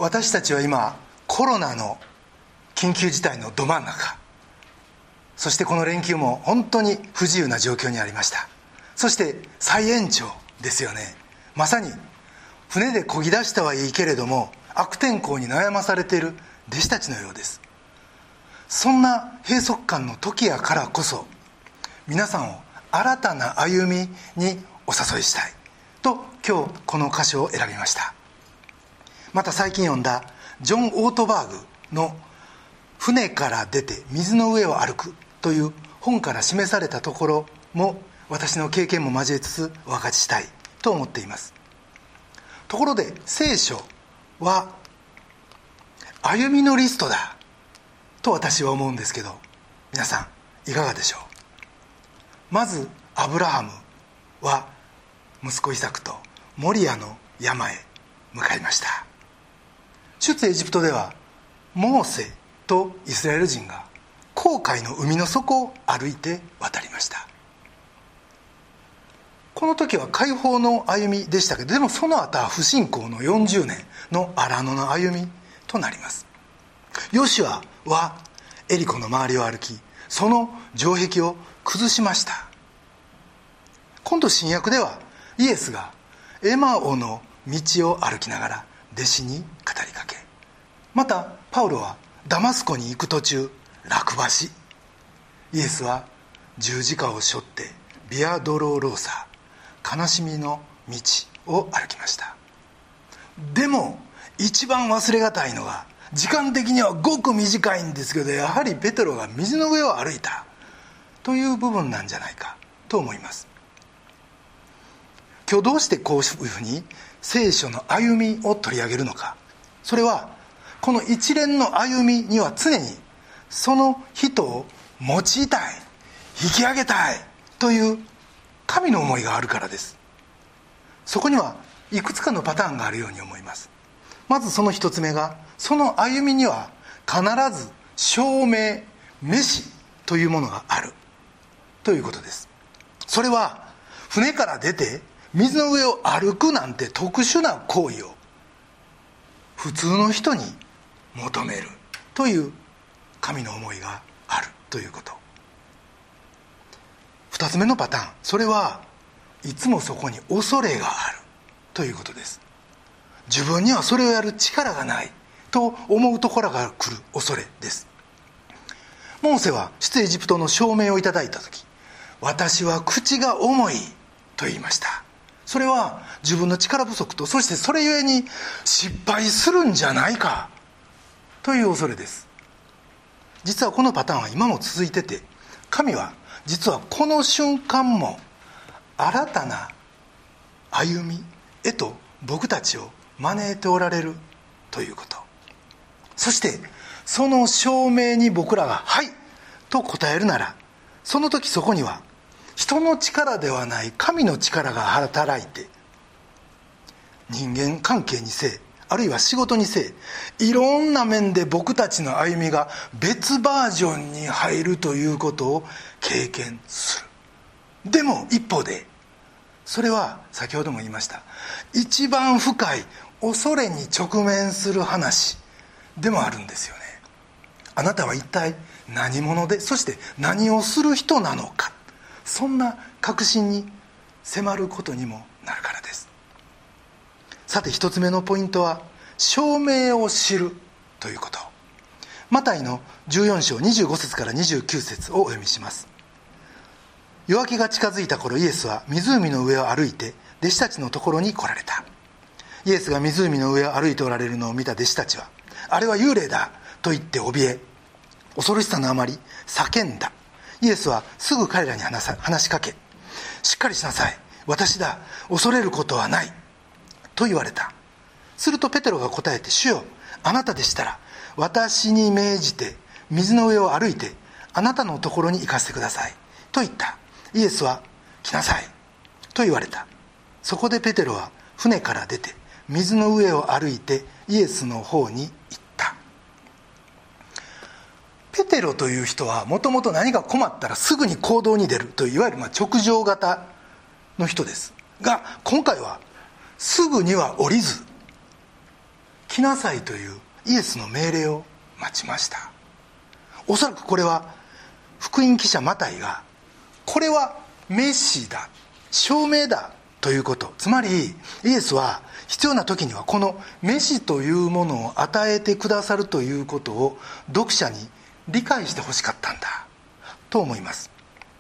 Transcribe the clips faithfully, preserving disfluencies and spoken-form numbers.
私たちは今コロナの緊急事態のど真ん中、そしてこの連休も本当に不自由な状況にありました。そして再延長ですよね。まさに船で漕ぎ出したはいいけれども悪天候に悩まされている弟子たちのようです。そんな閉塞感の時やからこそ、皆さんを新たな歩みにお誘いしたいと今日この箇所を選びました。また最近読んだジョン・オートバーグの船から出て水の上を歩くという本から示されたところも私の経験も交えつつお分かちしたいと思っています。ところで聖書は歩みのリストだと私は思うんですけど、皆さんいかがでしょう。まずアブラハムは息子イサクとモリアの山へ向かいました。出エジプトではモーセとイスラエル人が紅海の海の底を歩いて渡りました。この時は解放の歩みでしたけど、でもその後は不信仰のよんじゅうねんの荒野の歩みとなります。ヨシュアはエリコの周りを歩き、その城壁を崩しました。今度新約ではイエスがエマオの道を歩きながら弟子に語りかけ、またパウロはダマスコに行く途中落馬し、イエスは十字架を背負ってビアドローローサ、悲しみの道を歩きました。でも一番忘れがたいのが、時間的にはごく短いんですけど、やはりペテロが水の上を歩いたという部分なんじゃないかと思います。今日どうしてこういうふうに聖書の歩みを取り上げるのか。それはこの一連の歩みには常にその人を用いたい、引き上げたいという神の思いがあるからです。そこにはいくつかのパターンがあるように思います。まずその一つ目が、その歩みには必ず証明、召しというものがあるということです。それは船から出て水の上を歩くなんて特殊な行為を普通の人に求めるという神の思いがあるということ。二つ目のパターン、それはいつもそこに恐れがあるということです。自分にはそれをやる力がないと思うところが来る恐れです。モーセは出エジプトの証明をいただいたとき、私は口が重いと言いました。それは自分の力不足と、そしてそれゆえに失敗するんじゃないかという恐れです。実はこのパターンは今も続いてて、神は実はこの瞬間も新たな歩みへと僕たちを招いておられるということ。そしてその証明に僕らがはいと答えるなら、その時そこには人の力ではない神の力が働いて、人間関係にせい、あるいは仕事にせい、いろんな面で僕たちの歩みが別バージョンに入るということを経験する。でも一方でそれは先ほども言いました、一番深い恐れに直面する話でもあるんですよね。あなたは一体何者で、そして何をする人なのか、そんな確信に迫ることにもなるからです。さて一つ目のポイントは証明を知るということ。マタイのじゅうよん章にじゅうご節からにじゅうきゅう節をお読みします。夜明けが近づいた頃、イエスは湖の上を歩いて弟子たちのところに来られた。イエスが湖の上を歩いておられるのを見た弟子たちは、あれは幽霊だと言って怯え、恐ろしさのあまり叫んだ。イエスはすぐ彼らに話さ、話しかけ、しっかりしなさい、私だ、恐れることはないと言われた。するとペテロが答えて、主よ、あなたでしたら私に命じて水の上を歩いてあなたのところに行かせてくださいと言った。イエスは来なさいと言われた。そこでペテロは船から出て水の上を歩いてイエスの方に行った。ペテロという人はもともと何か困ったらすぐに行動に出るという、いわゆるまあ直情型の人ですが、今回はすぐには降りず、 来なさいというイエスの命令を待ちました。おそらくこれは福音記者マタイがこれはメシだ、証明だということ、つまりイエスは必要な時にはこのメシというものを与えてくださるということを読者に理解してほしかったんだと思います。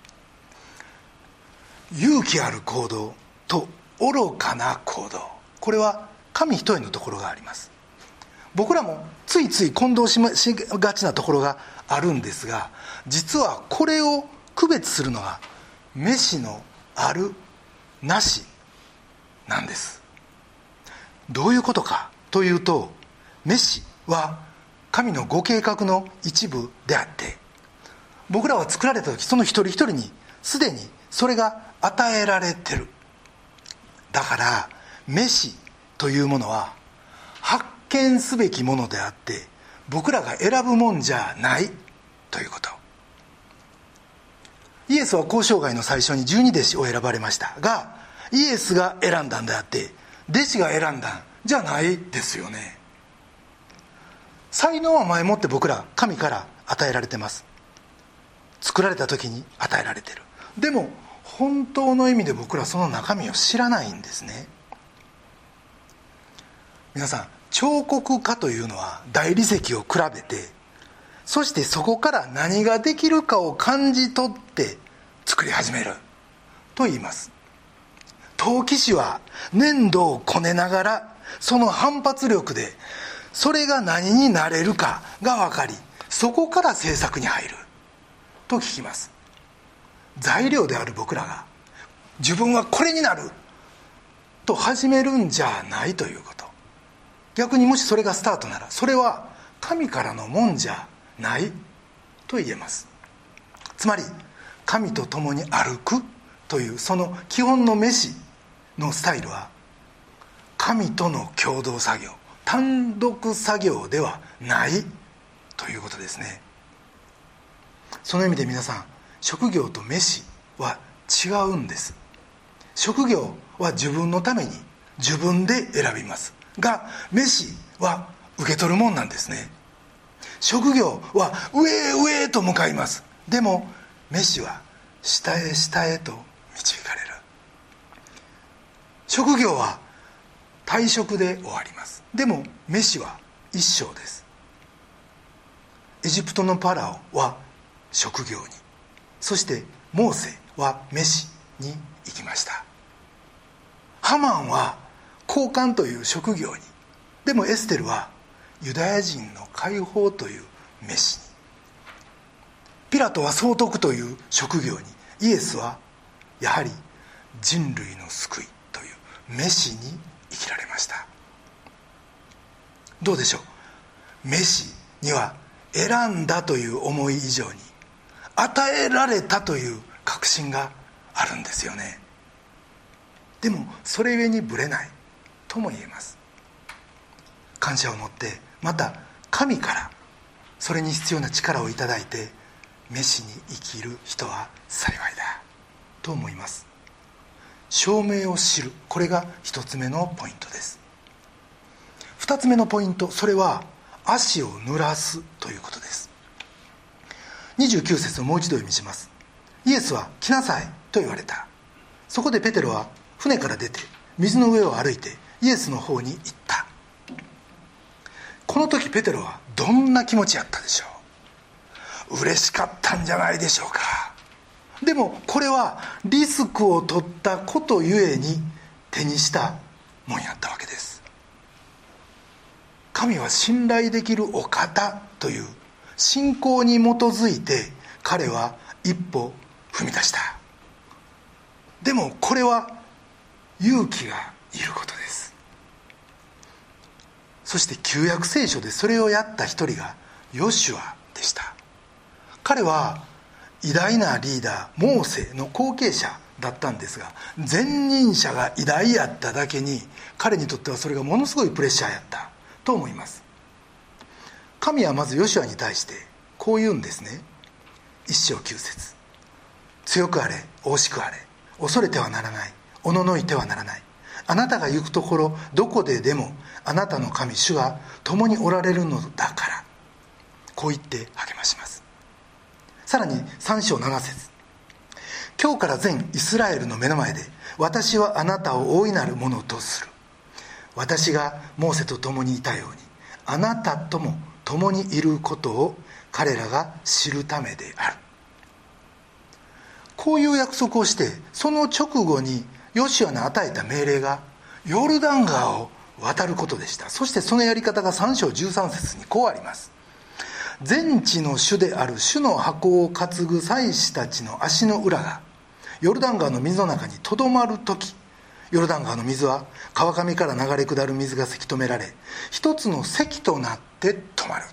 勇気ある行動と愚かな行動、これは神一重のところがあります。僕らもついつい混同しがちなところがあるんですが、実はこれを区別するのがメシのあるなしなんです。どういうことかというと、メシは神のご計画の一部であって、僕らは作られた時その一人一人にすでにそれが与えられてる。だからメシというものは発見すべきものであって、僕らが選ぶもんじゃないということ。イエスは交渉外の最初に十二弟子を選ばれましたが、イエスが選んだんであって弟子が選んだんじゃないですよね。才能は前もって僕ら神から与えられてます。作られた時に与えられてる。でも本当の意味で僕らその中身を知らないんですね。皆さん、彫刻家というのは大理石を比べて、そしてそこから何ができるかを感じ取って作り始めると言います。陶器師は粘土をこねながらその反発力でそれが何になれるかが分かり、そこから制作に入ると聞きます。材料である僕らが自分はこれになると始めるんじゃないということ。逆にもしそれがスタートなら、それは神からのもんじゃないと言えます。つまり神と共に歩くというその基本のメシのスタイルは神との共同作業、単独作業ではないということですね。その意味で皆さん、職業とメシは違うんです。職業は自分のために自分で選びますが、メシは受け取るもんなんですね。職業は上へ上へと向かいます。でもメシは下へ下へと導かれる。職業は退職で終わります。でもメシは一生です。エジプトのパラオは職業に、そしてモーセはメシに行きました。ハマンは高官という職業に、でもエステルはユダヤ人の解放というメシに、ピラトは総督という職業に、イエスはやはり人類の救いというメシに生きられました。どうでしょう。メシには選んだという思い以上に与えられたという確信があるんですよね。でもそれゆえにぶれないとも言えます。感謝を持って、また神からそれに必要な力をいただいてメシに生きる人は幸いだと思います。証明を知る、これが一つ目のポイントです。二つ目のポイント、それは足を濡らすということです。にじゅうきゅう節をもう一度読みします。イエスは来なさいと言われた。そこでペテロは船から出て水の上を歩いてイエスの方に行った。この時ペテロはどんな気持ちやったでしょう。嬉しかったんじゃないでしょうか。でもこれはリスクを取ったことゆえに手にしたもんやったわけです。神は信頼できるお方という信仰に基づいて彼は一歩踏み出した。でもこれは勇気がいることです。そして旧約聖書でそれをやった一人がヨシュアでした。彼は偉大なリーダーモーセの後継者だったんですが、前任者が偉大やっただけに彼にとってはそれがものすごいプレッシャーやったと思います。神はまずヨシュアに対してこう言うんですね。一章九節、強くあれ、大しくあれ、恐れてはならない、おののいてはならない。 あなたが行くところどこででもあなたの神主が共におられるのだから、こう言って励まします。さらにさん章なな節、今日から全イスラエルの目の前で私はあなたを大いなるものとする。私がモーセと共にいたようにあなたとも共にいることを彼らが知るためである。こういう約束をして、その直後にヨシュアに与えた命令がヨルダン川を渡ることでした。そしてそのやり方がさん章じゅうさん節にこうあります。全地の主である主の箱を担ぐ祭司たちの足の裏がヨルダン川の水の中にとどまるとき、ヨルダン川の水は川上から流れ下る水がせき止められ、一つの堰となって止まる。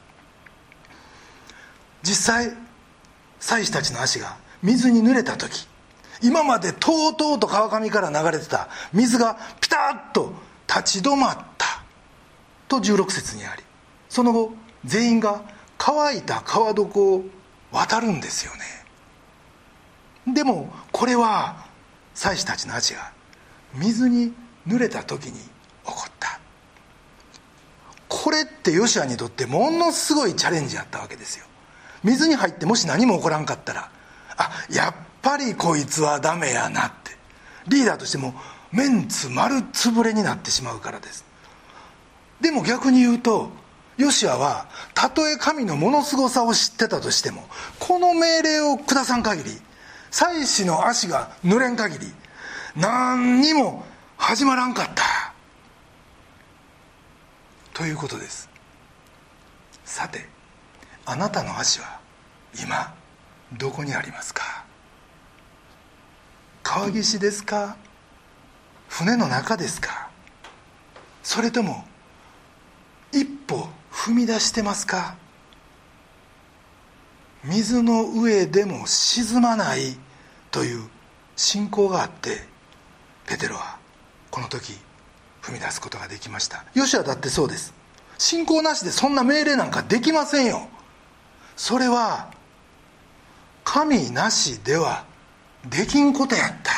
実際祭司たちの足が水に濡れたとき、今までとうとうと川上から流れてた水がピタッと立ち止まったとじゅうろく節にあり、その後全員が乾いた川床を渡るんですよね。でもこれは祭司たちの足が水に濡れた時に起こった。これってヨシュアにとってものすごいチャレンジだったわけですよ。水に入ってもし何も起こらんかったら、あ、やっぱりこいつはダメやなって、リーダーとしてもメンツ丸つぶれになってしまうからです。でも逆に言うと、ヨシュアはたとえ神のものすごさを知ってたとしても、この命令を下さん限り、祭司の足が濡れん限り何にも始まらんかったということです。さて、あなたの足は今どこにありますか？川岸ですか？船の中ですか？それとも一歩踏み出してますか？水の上でも沈まないという信仰があって、ペテロはこの時踏み出すことができました。ヨシュアだってそうです。信仰なしでそんな命令なんかできませんよ。それは神なしではできんことやった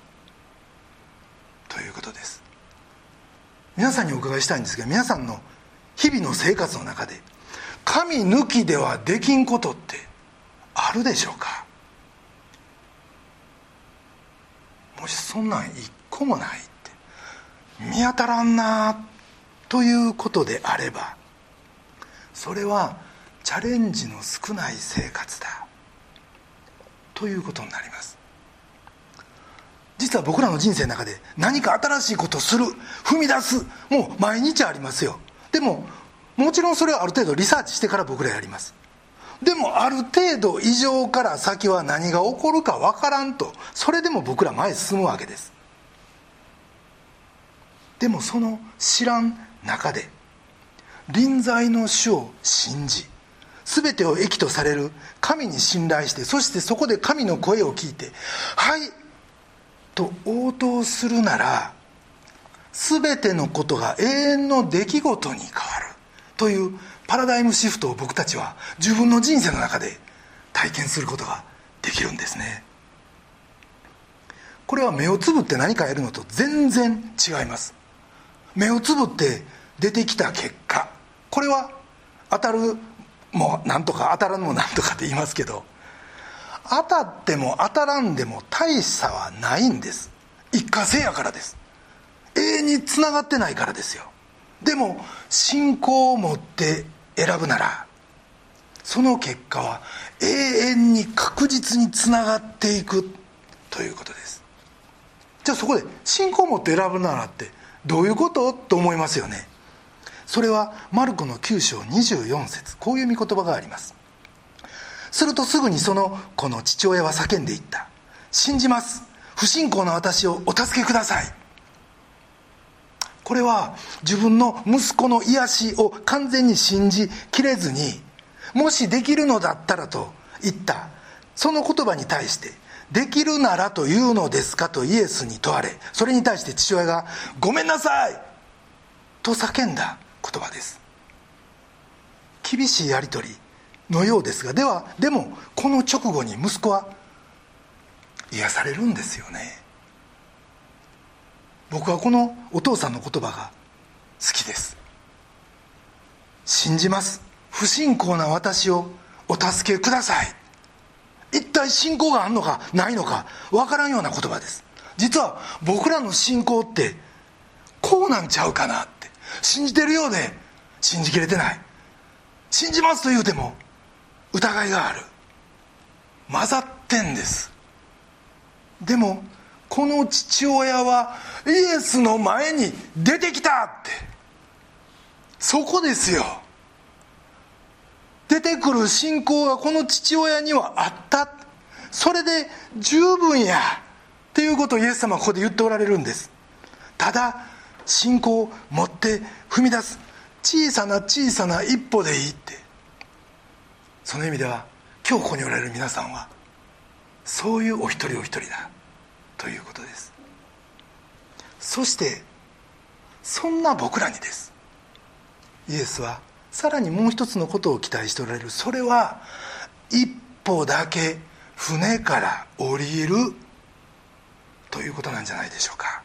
ということです。皆さんにお伺いしたいんですが、皆さんの日々の生活の中で神抜きではできんことってあるでしょうか？もしそんなん一個もないって見当たらんなということであれば、それはチャレンジの少ない生活だということになります。実は僕らの人生の中で何か新しいことをする、踏み出す、もう毎日ありますよ。でももちろんそれはある程度リサーチしてから僕らやります。でもある程度以上から先は何が起こるか分からんと、それでも僕ら前へ進むわけです。でもその知らん中で臨在の主を信じ、全てを益とされる神に信頼して、そしてそこで神の声を聞いてはいと応答するなら、全てのことが永遠の出来事に変わるというパラダイムシフトを僕たちは自分の人生の中で体験することができるんですね。これは目をつぶって何かやるのと全然違います。目をつぶって出てきた結果、これは当たるもなんとか当たらんもなんとかって言いますけど、当たっても当たらんでも大差はないんです。一過性やからです。永遠につながってないからですよ。でも信仰を持って選ぶなら、その結果は永遠に確実につながっていくということです。じゃあそこで信仰を持って選ぶならってどういうことと思いますよね。それはマルコのきゅう章にじゅうよん節、こういう御言葉があります。するとすぐにその子の父親は叫んでいった。信じます。不信仰な私をお助けください。これは自分の息子の癒しを完全に信じきれずに、もしできるのだったらと言ったその言葉に対して、できるならというのですかとイエスに問われ、それに対して父親がごめんなさいと叫んだ言葉です。厳しいやり取りのようですが、ではでもこの直後に息子は癒されるんですよね。 僕はこのお父さんの言葉が好きです。信じます、不信仰な私をお助けください。一体信仰があるのかないのか分からんような言葉です。実は僕らの信仰ってこうなんちゃうかなって、信じてるようで信じきれてない、信じますと言うても疑いがある、混ざってんです。でもこの父親はイエスの前に出てきたって、そこですよ。出てくる信仰がこの父親にはあった、それで十分やっていうことをイエス様はここで言っておられるんです。ただ信仰を持って踏み出す小さな小さな一歩でいいって、その意味では今日ここにおられる皆さんはそういうお一人お一人だということです。そしてそんな僕らにです、イエスはさらにもう一つのことを期待しておられる。それは一歩だけ船から降りるということなんじゃないでしょうか。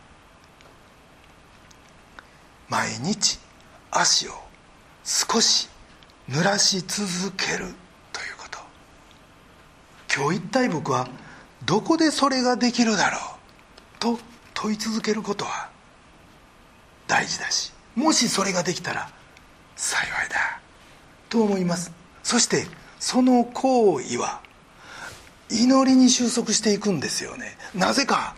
毎日足を少し濡らし続けるということ。今日一体僕はどこでそれができるだろうと問い続けることは大事だし、もしそれができたら幸いだと思います。そしてその行為は祈りに収束していくんですよね。なぜか、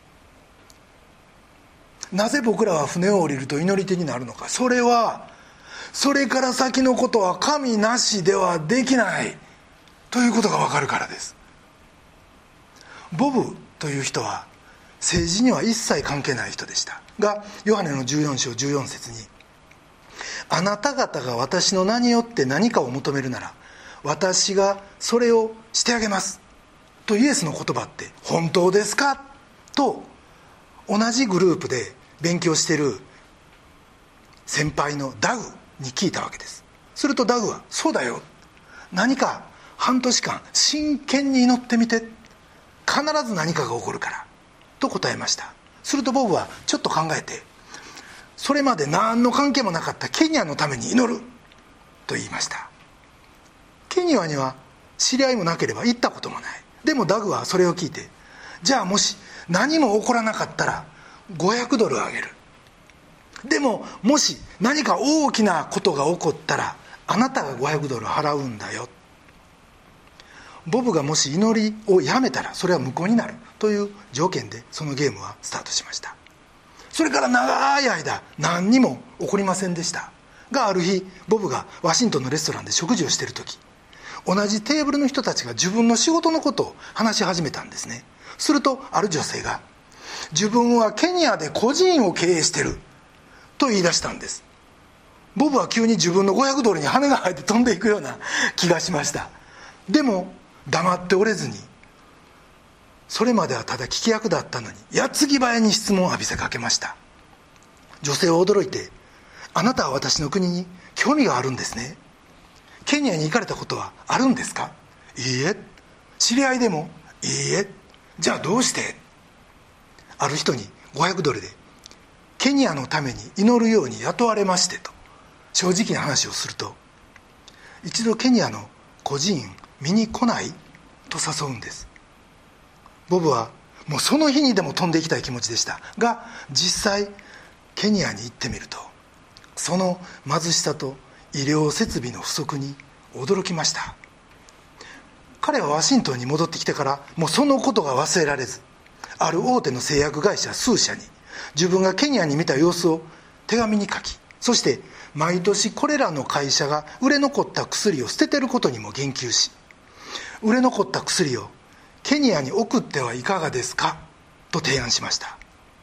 なぜ僕らは船を降りると祈り手になるのか。それはそれから先のことは神なしではできないということが分かるからです。ボブという人は政治には一切関係ない人でしたが、ヨハネのじゅうよん章じゅうよん節に、あなた方が私の名によって何かを求めるなら私がそれをしてあげますと、イエスの言葉って本当ですかと同じグループで勉強している先輩のダグに聞いたわけです。するとダグは、そうだよ、何か半年間真剣に祈ってみて、必ず何かが起こるからと答えました。するとボブはちょっと考えて、それまで何の関係もなかったケニアのために祈ると言いました。ケニアには知り合いもなければ行ったこともない。でもダグはそれを聞いて、じゃあもし何も起こらなかったらごひゃくドルあげる、でももし何か大きなことが起こったらあなたがごひゃくドル払うんだよ。ボブがもし祈りをやめたらそれは無効になるという条件でそのゲームはスタートしました。それから長い間何にも起こりませんでしたが、ある日ボブがワシントンのレストランで食事をしている時、同じテーブルの人たちが自分の仕事のことを話し始めたんですね。するとある女性が、自分はケニアで個人を経営してると言い出したんです。ボブは急に自分のごひゃくドルに羽が生えて飛んでいくような気がしました。でも黙っておれずに、それまではただ聞き役だったのに矢継ぎ早に質問を浴びせかけました。女性は驚いて、あなたは私の国に興味があるんですね。ケニアに行かれたことはあるんですか。いいえ。知り合いでも。いいえ。じゃあどうして。ある人にごひゃくドルでケニアのために祈るように雇われましてと正直な話をすると、一度ケニアの孤児院見に来ないと誘うんです。ボブはもうその日にでも飛んでいきたい気持ちでしたが、実際ケニアに行ってみるとその貧しさと医療設備の不足に驚きました。彼はワシントンに戻ってきてからもうそのことが忘れられず、ある大手の製薬会社数社に自分がケニアに見た様子を手紙に書き、そして毎年これらの会社が売れ残った薬を捨ててることにも言及し、売れ残った薬をケニアに送ってはいかがですかと提案しました。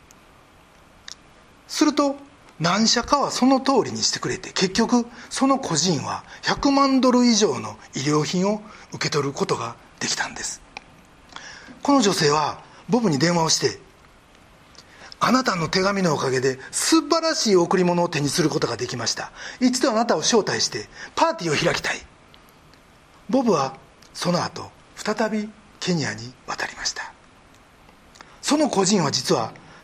すると何社かはその通りにしてくれて、結局その個人はひゃくまんドル以上の医療品を受け取ることができたんです。この女性はボブに電話をして、あなたの手紙のおかげで素晴らしい贈り物を手にすることができました。一度あなたを招待してパーティーを開きたい。ボブはその後再びケニアに渡りました。その個人は実は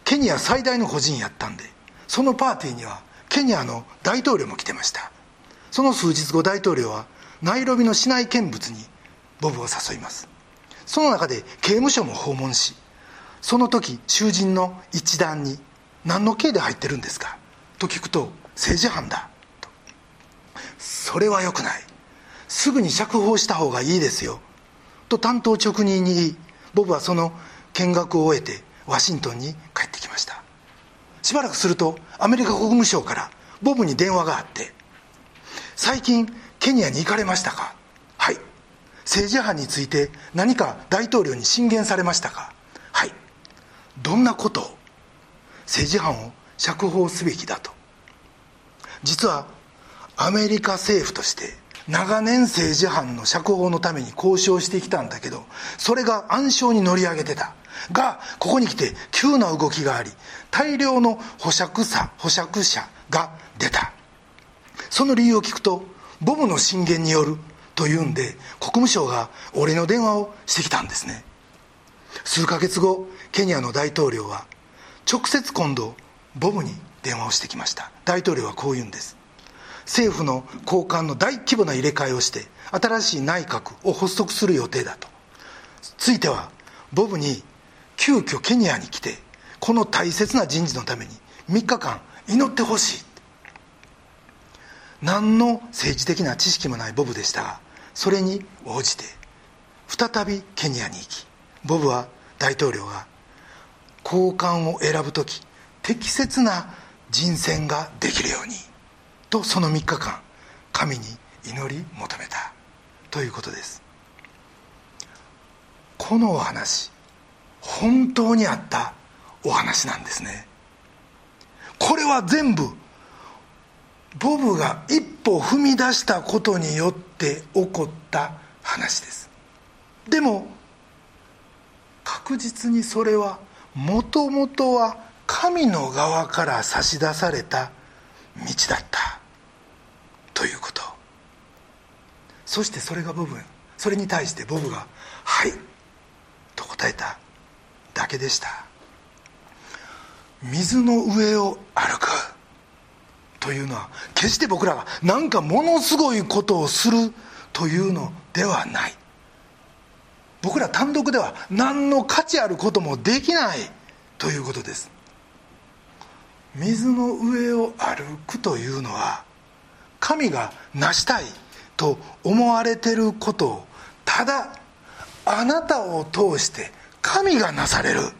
ケニア最大の個人やったんで、そのパーティーにはケニアの大統領も来てました。その数日後、大統領はナイロビの市内見物にボブを誘います。その中で刑務所も訪問し、その時囚人の一団に何の刑で入ってるんですかと聞くと、政治犯だと。それは良くない、すぐに釈放した方がいいですよと担当直入に言い、ボブはその見学を終えてワシントンに帰ってきました。しばらくするとアメリカ国務省からボブに電話があって、最近ケニアに行かれましたか。はい。政治犯について何か大統領に進言されましたか。はい。どんなことを。政治犯を釈放すべきだと。実はアメリカ政府として長年政治犯の釈放のために交渉してきたんだけど、それが暗礁に乗り上げてたが、ここに来て急な動きがあり、大量の保釈者保釈者が出た。その理由を聞くと、ボブの進言によるというんで、国務省がお礼の電話をしてきたんですね。数ヶ月後、ケニアの大統領は直接今度ボブに電話をしてきました。大統領はこう言うんです。政府の高官の大規模な入れ替えをして新しい内閣を発足する予定だと。ついてはボブに急遽ケニアに来て、この大切な人事のためにみっかかん祈ってほしい。何の政治的な知識もないボブでしたが、それに応じて再びケニアに行き、ボブは大統領が高官を選ぶとき適切な人選ができるようにと、そのみっかかん神に祈り求めたということです。このお話、本当にあったお話なんですね。これは全部ボブが一歩踏み出したことによって起こった話です。でも確実にそれはもともとは神の側から差し出された道だったということ。そしてそれがボブ、それに対してボブがはいと答えただけでした。水の上を歩くというのは決して僕らが何かものすごいことをするというのではない。僕ら単独では何の価値あることもできないということです。水の上を歩くというのは、神が成したいと思われていることをただあなたを通して神がなされるという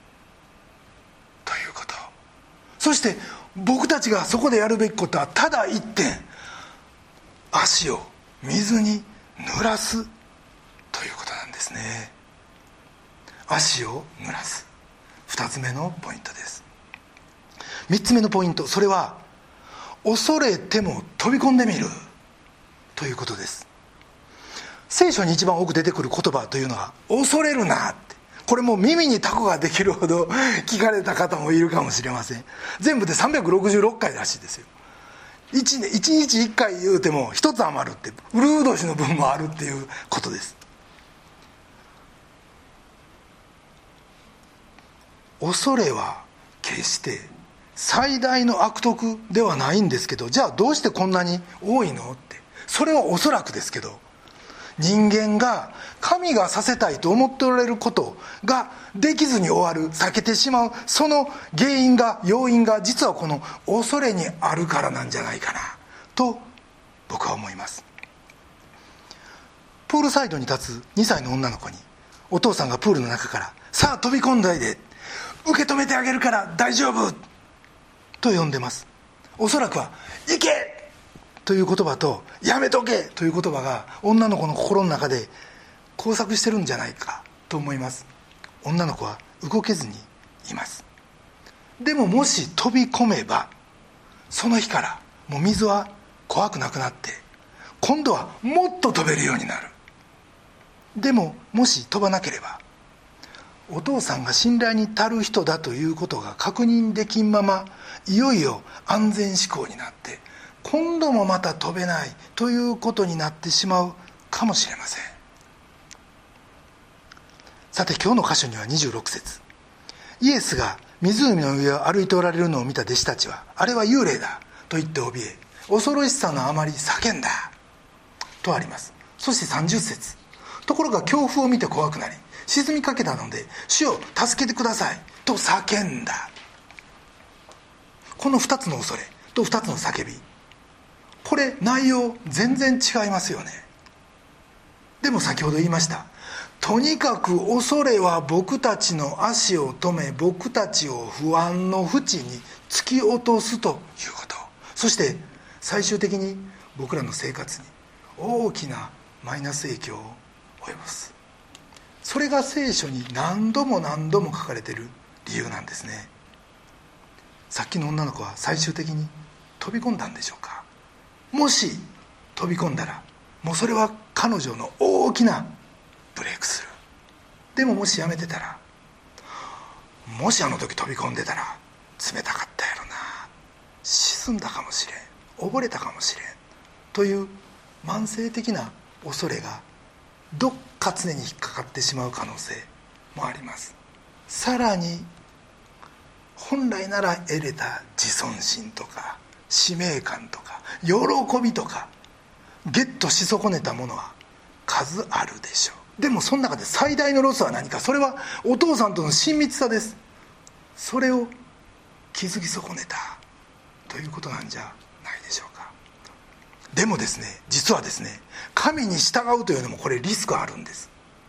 こと。そして僕たちがそこでやるべきことはただ一点、足を水に濡らすということなんですね。足を濡らす、二つ目のポイントです。三つ目のポイント、それは恐れても飛び込んでみるということです。聖書に一番多く出てくる言葉というのは恐れるなって、これも耳にタコができるほど聞かれた方もいるかもしれません。全部でさんびゃくろくじゅうろっかいらしいですよ。 1, 年いちにちいっかい言うてもひとつ余るって、うるう年の分もあるっていうことです。恐れは決して最大の悪徳ではないんですけど、じゃあどうしてこんなに多いのって、それはおそらくですけど、人間が神がさせたいと思っておられることができずに終わる、避けてしまう、その原因が要因が実はこの恐れにあるからなんじゃないかなと僕は思います。プールサイドに立つにさいの女の子にお父さんがプールの中からさあ飛び込んだいで、受け止めてあげるから大丈夫と呼んでます。おそらくは行けという言葉とやめとけという言葉が女の子の心の中で交錯してるんじゃないかと思います。女の子は動けずにいます。でももし飛び込めば、その日からもう水は怖くなくなって、今度はもっと飛べるようになる。でももし飛ばなければ、お父さんが信頼に足る人だということが確認できんまま、いよいよ安全志向になって今度もまた飛べないということになってしまうかもしれません。さて今日の箇所にはにじゅうろく節、イエスが湖の上を歩いておられるのを見た弟子たちは、あれは幽霊だと言って怯え、恐ろしさのあまり叫んだとあります。そしてさんじゅっ節、ところが強風を見て怖くなり沈みかけたので、主を助けてくださいと叫んだ。このふたつの恐れとふたつの叫び、これ内容全然違いますよね。でも先ほど言いました、とにかく恐れは僕たちの足を止め、僕たちを不安の淵に突き落とすということ、そして最終的に僕らの生活に大きなマイナス影響を及ぼす。それが聖書に何度も何度も書かれている理由なんですね。さっきの女の子は最終的に飛び込んだんでしょうか。もし飛び込んだら、もうそれは彼女の大きなブレイクスルー。でももしやめてたら、もしあの時飛び込んでたら冷たかったやろな、沈んだかもしれん、溺れたかもしれんという慢性的な恐れがどっか常に引っかかってしまう可能性もあります。さらに本来なら得れた自尊心とか使命感とか喜びとかゲットし損ねたものは数あるでしょう。でもその中で最大のロスは何か、それはお父さんとの親密さです。それを気づき損ねたということなんじゃないでしょうか。でもですね、実はですね、神に従うというのもこれリスクあるんです。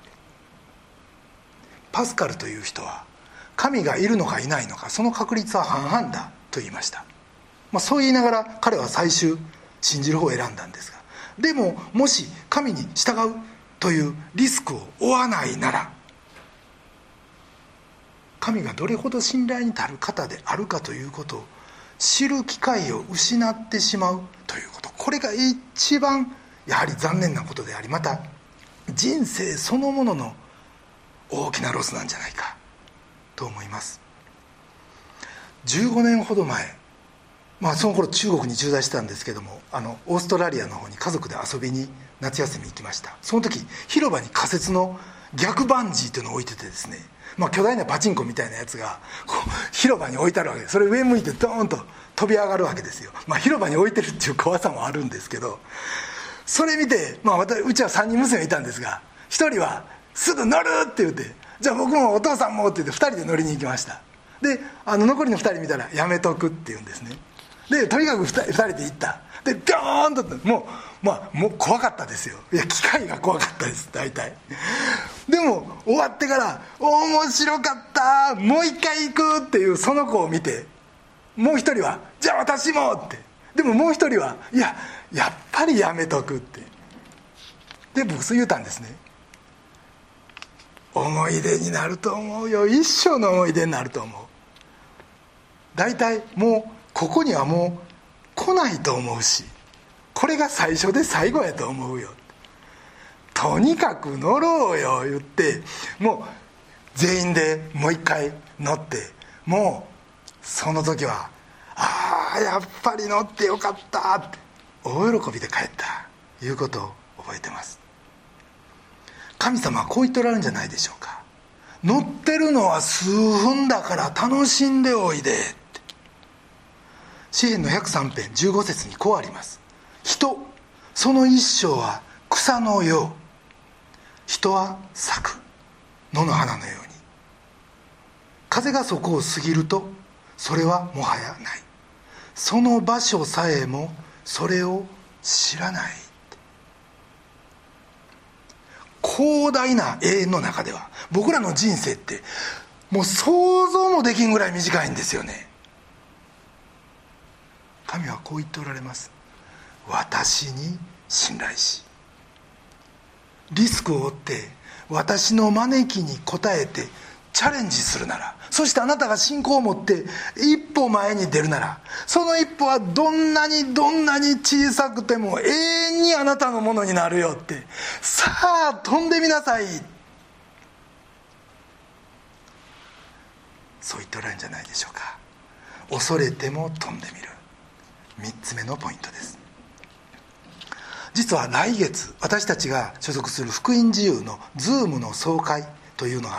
パスカルという人は、神がいるのかいないのか、その確率は半々だと言いました。まあ、そう言いながら彼は最終信じる方を選んだんですが、でももし神に従うというリスクを負わないなら、神がどれほど信頼に足る方であるかということを知る機会を失ってしまうということ、これが一番やはり残念なことであり、また人生そのものの大きなロスなんじゃないかと思います。じゅうごねんほど前、まあ、その頃中国に駐在してたんですけども、あのオーストラリアの方に家族で遊びに夏休み行きました。その時広場に仮設の逆バンジーというのを置いててですね、まあ、巨大なパチンコみたいなやつがこう広場に置いてあるわけです。それ上向いてドーンと飛び上がるわけですよ。まあ、広場に置いてるっていう怖さもあるんですけど、それ見て、まあ、私うちはさんにん娘いたんですが、ひとりはすぐ乗るって言って、じゃあ僕もお父さんもって言ってふたりで乗りに行きました。であの残りのふたり見たらやめとくって言うんですね。でとにかく 2, 2人で行った。でビョーンともう、まあ、もう怖かったですよ。いや機械が怖かったです大体。でも終わってから面白かったもう一回行くっていうその子を見て、もう一人はじゃあ私もって、でももう一人はいややっぱりやめとくって。で僕そう言うたんですね。思い出になると思うよ、一生の思い出になると思う。大体もうここにはもう来ないと思うし、これが最初で最後やと思うよ、とにかく乗ろうよ言って、もう全員でもう一回乗って、もうその時はああやっぱり乗ってよかったって大喜びで帰ったいうことを覚えてます。神様はこう言っておられるんじゃないでしょうか。乗ってるのは数分だから楽しんでおいでって。詩編のひゃくさん編じゅうご節にこうあります。人その一生は草のよう、人は咲く野の花のように、風がそこを過ぎるとそれはもはやない、その場所さえもそれを知らない。広大な永遠の中では僕らの人生ってもう想像もできんぐらい短いんですよね。神はこう言っておられます。私に信頼し、リスクを負って私の招きに応えてチャレンジするなら、そしてあなたが信仰を持って一歩前に出るなら、その一歩はどんなにどんなに小さくても永遠にあなたのものになるよって、さあ飛んでみなさい、そう言っておられるんじゃないでしょうか。恐れても飛んでみる、みっつめのポイントです。実は来月私たちが所属する福音自由のズームの総会というのがある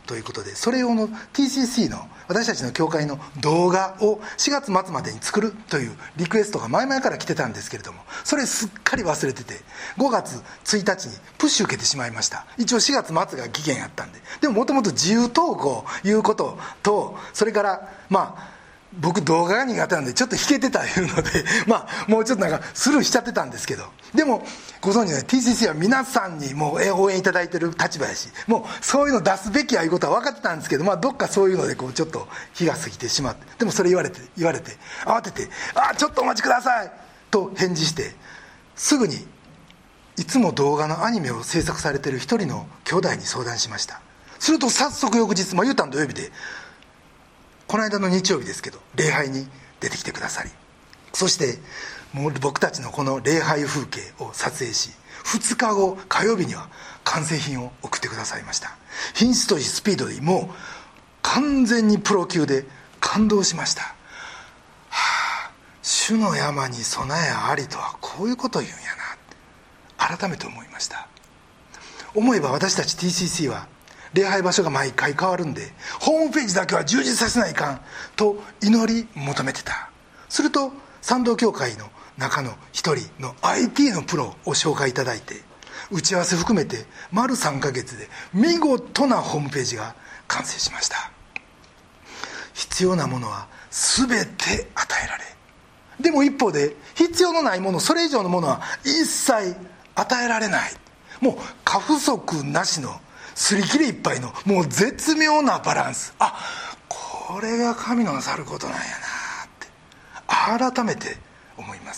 ということで、それ用の ティーシーシー の私たちの教会の動画をしがつ末までに作るというリクエストが前々から来てたんですけれども、それすっかり忘れててごがつついたちにプッシュ受けてしまいました。一応しがつ末が期限やったんで。でももともと自由投稿いうことと、それからまあ僕動画が苦手なんでちょっと引けてたいうのでまあもうちょっとなんかスルーしちゃってたんですけど、でもご存知のように ティーシーシー は皆さんにもう応援いただいてる立場やし、もうそういうの出すべきやいうことは分かってたんですけど、まあどっかそういうのでこうちょっと日が過ぎてしまって、でもそれ言われて言われて慌てて「あちょっとお待ちください」と返事して、すぐにいつも動画のアニメを制作されてる一人の兄弟に相談しました。すると早速翌日、まあ言うたん土曜日で、この間の日曜日ですけど礼拝に出てきてくださり、そしてもう僕たちのこの礼拝風景を撮影し、ふつかご火曜日には完成品を送ってくださいました。品質といいスピードでもう完全にプロ級で感動しました。はあ、主の山に備えありとはこういうことを言うんやな、改めて思いました。思えば私たち ティーシーシー は礼拝場所が毎回変わるんで、ホームページだけは充実させないかんと祈り求めてた。すると賛同教会の中の一人の アイティー のプロを紹介いただいて、打ち合わせ含めて丸さんかげつで見事なホームページが完成しました。必要なものは全て与えられ、でも一方で必要のないもの、それ以上のものは一切与えられない。もう過不足なしの擦り切れいっぱいのもう絶妙なバランス。あ、これが神のなさることなんやなって改めて思います。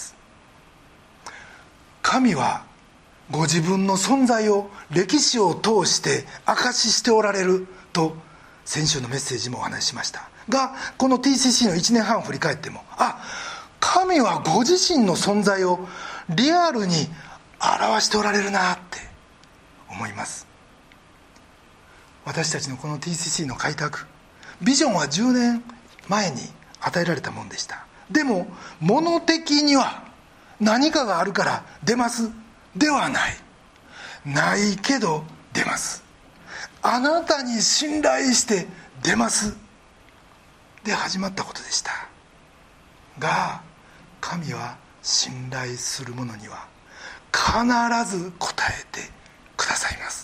神はご自分の存在を歴史を通して証ししておられると先週のメッセージもお話ししましたが、この ティーシーシー のいちねんはんを振り返っても、あ、神はご自身の存在をリアルに表しておられるなって思います。私たちのこの ティーシーシー の開拓、ビジョンはじゅうねんまえに与えられたものでした。でも物的には何かがあるから出ますではない。ないけど出ます。あなたに信頼して出ますで始まったことでした。が神は信頼する者には必ず答えてくださいます。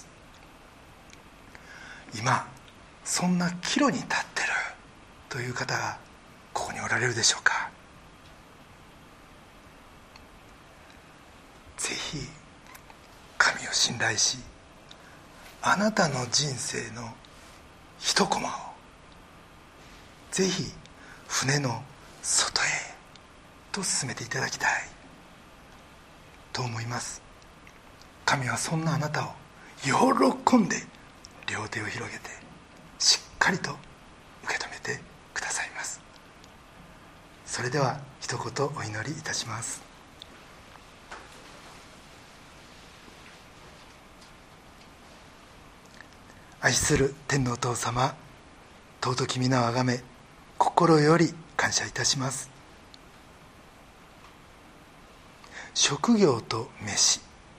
今そんな岐路に立ってるという方がここにおられるでしょうか。ぜひ神を信頼し、あなたの人生の一コマをぜひ船の外へと進めていただきたいと思います。神はそんなあなたを喜んで両手を広げてしっかりと受け止めてくださいます。それでは一言お祈りいたします。愛する天のお父様、尊き皆をあがめ心より感謝いたします。職業と飯、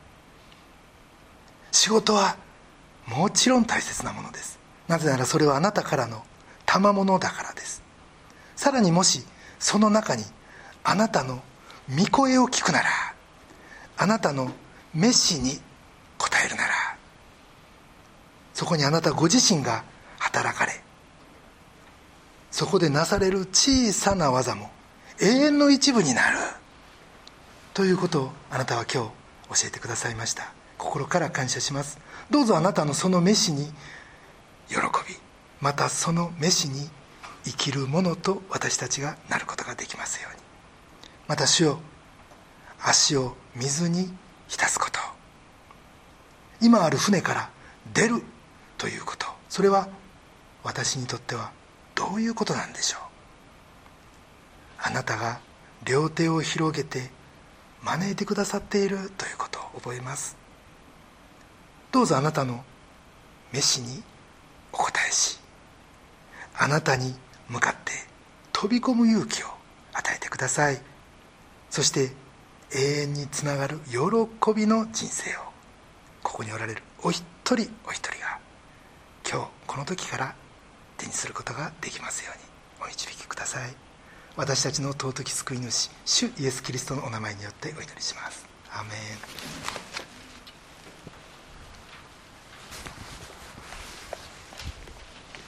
仕事はもちろん大切なものです。なぜならそれはあなたからの賜物だからです。さらにもしその中にあなたの御声を聞くなら、あなたの飯に応えるなら、そこにあなたご自身が働かれ、そこでなされる小さな技も永遠の一部になるということをあなたは今日教えてくださいました。心から感謝します。どうぞあなたのその飯に喜び、またその飯に生きるものと私たちがなることができますように。また主よ、足を水に浸すこと、今ある船から出るということ、それは私にとってはどういうことなんでしょう。あなたが両手を広げて招いてくださっているということを覚えます。どうぞあなたの飯にお答えし、あなたに向かって飛び込む勇気を与えてください。そして永遠につながる喜びの人生をここにおられるお一人お一人が今日この時から手にすることができますようにお導きください。私たちの尊き救い主主イエス・キリストのお名前によってお祈りします。アーメン。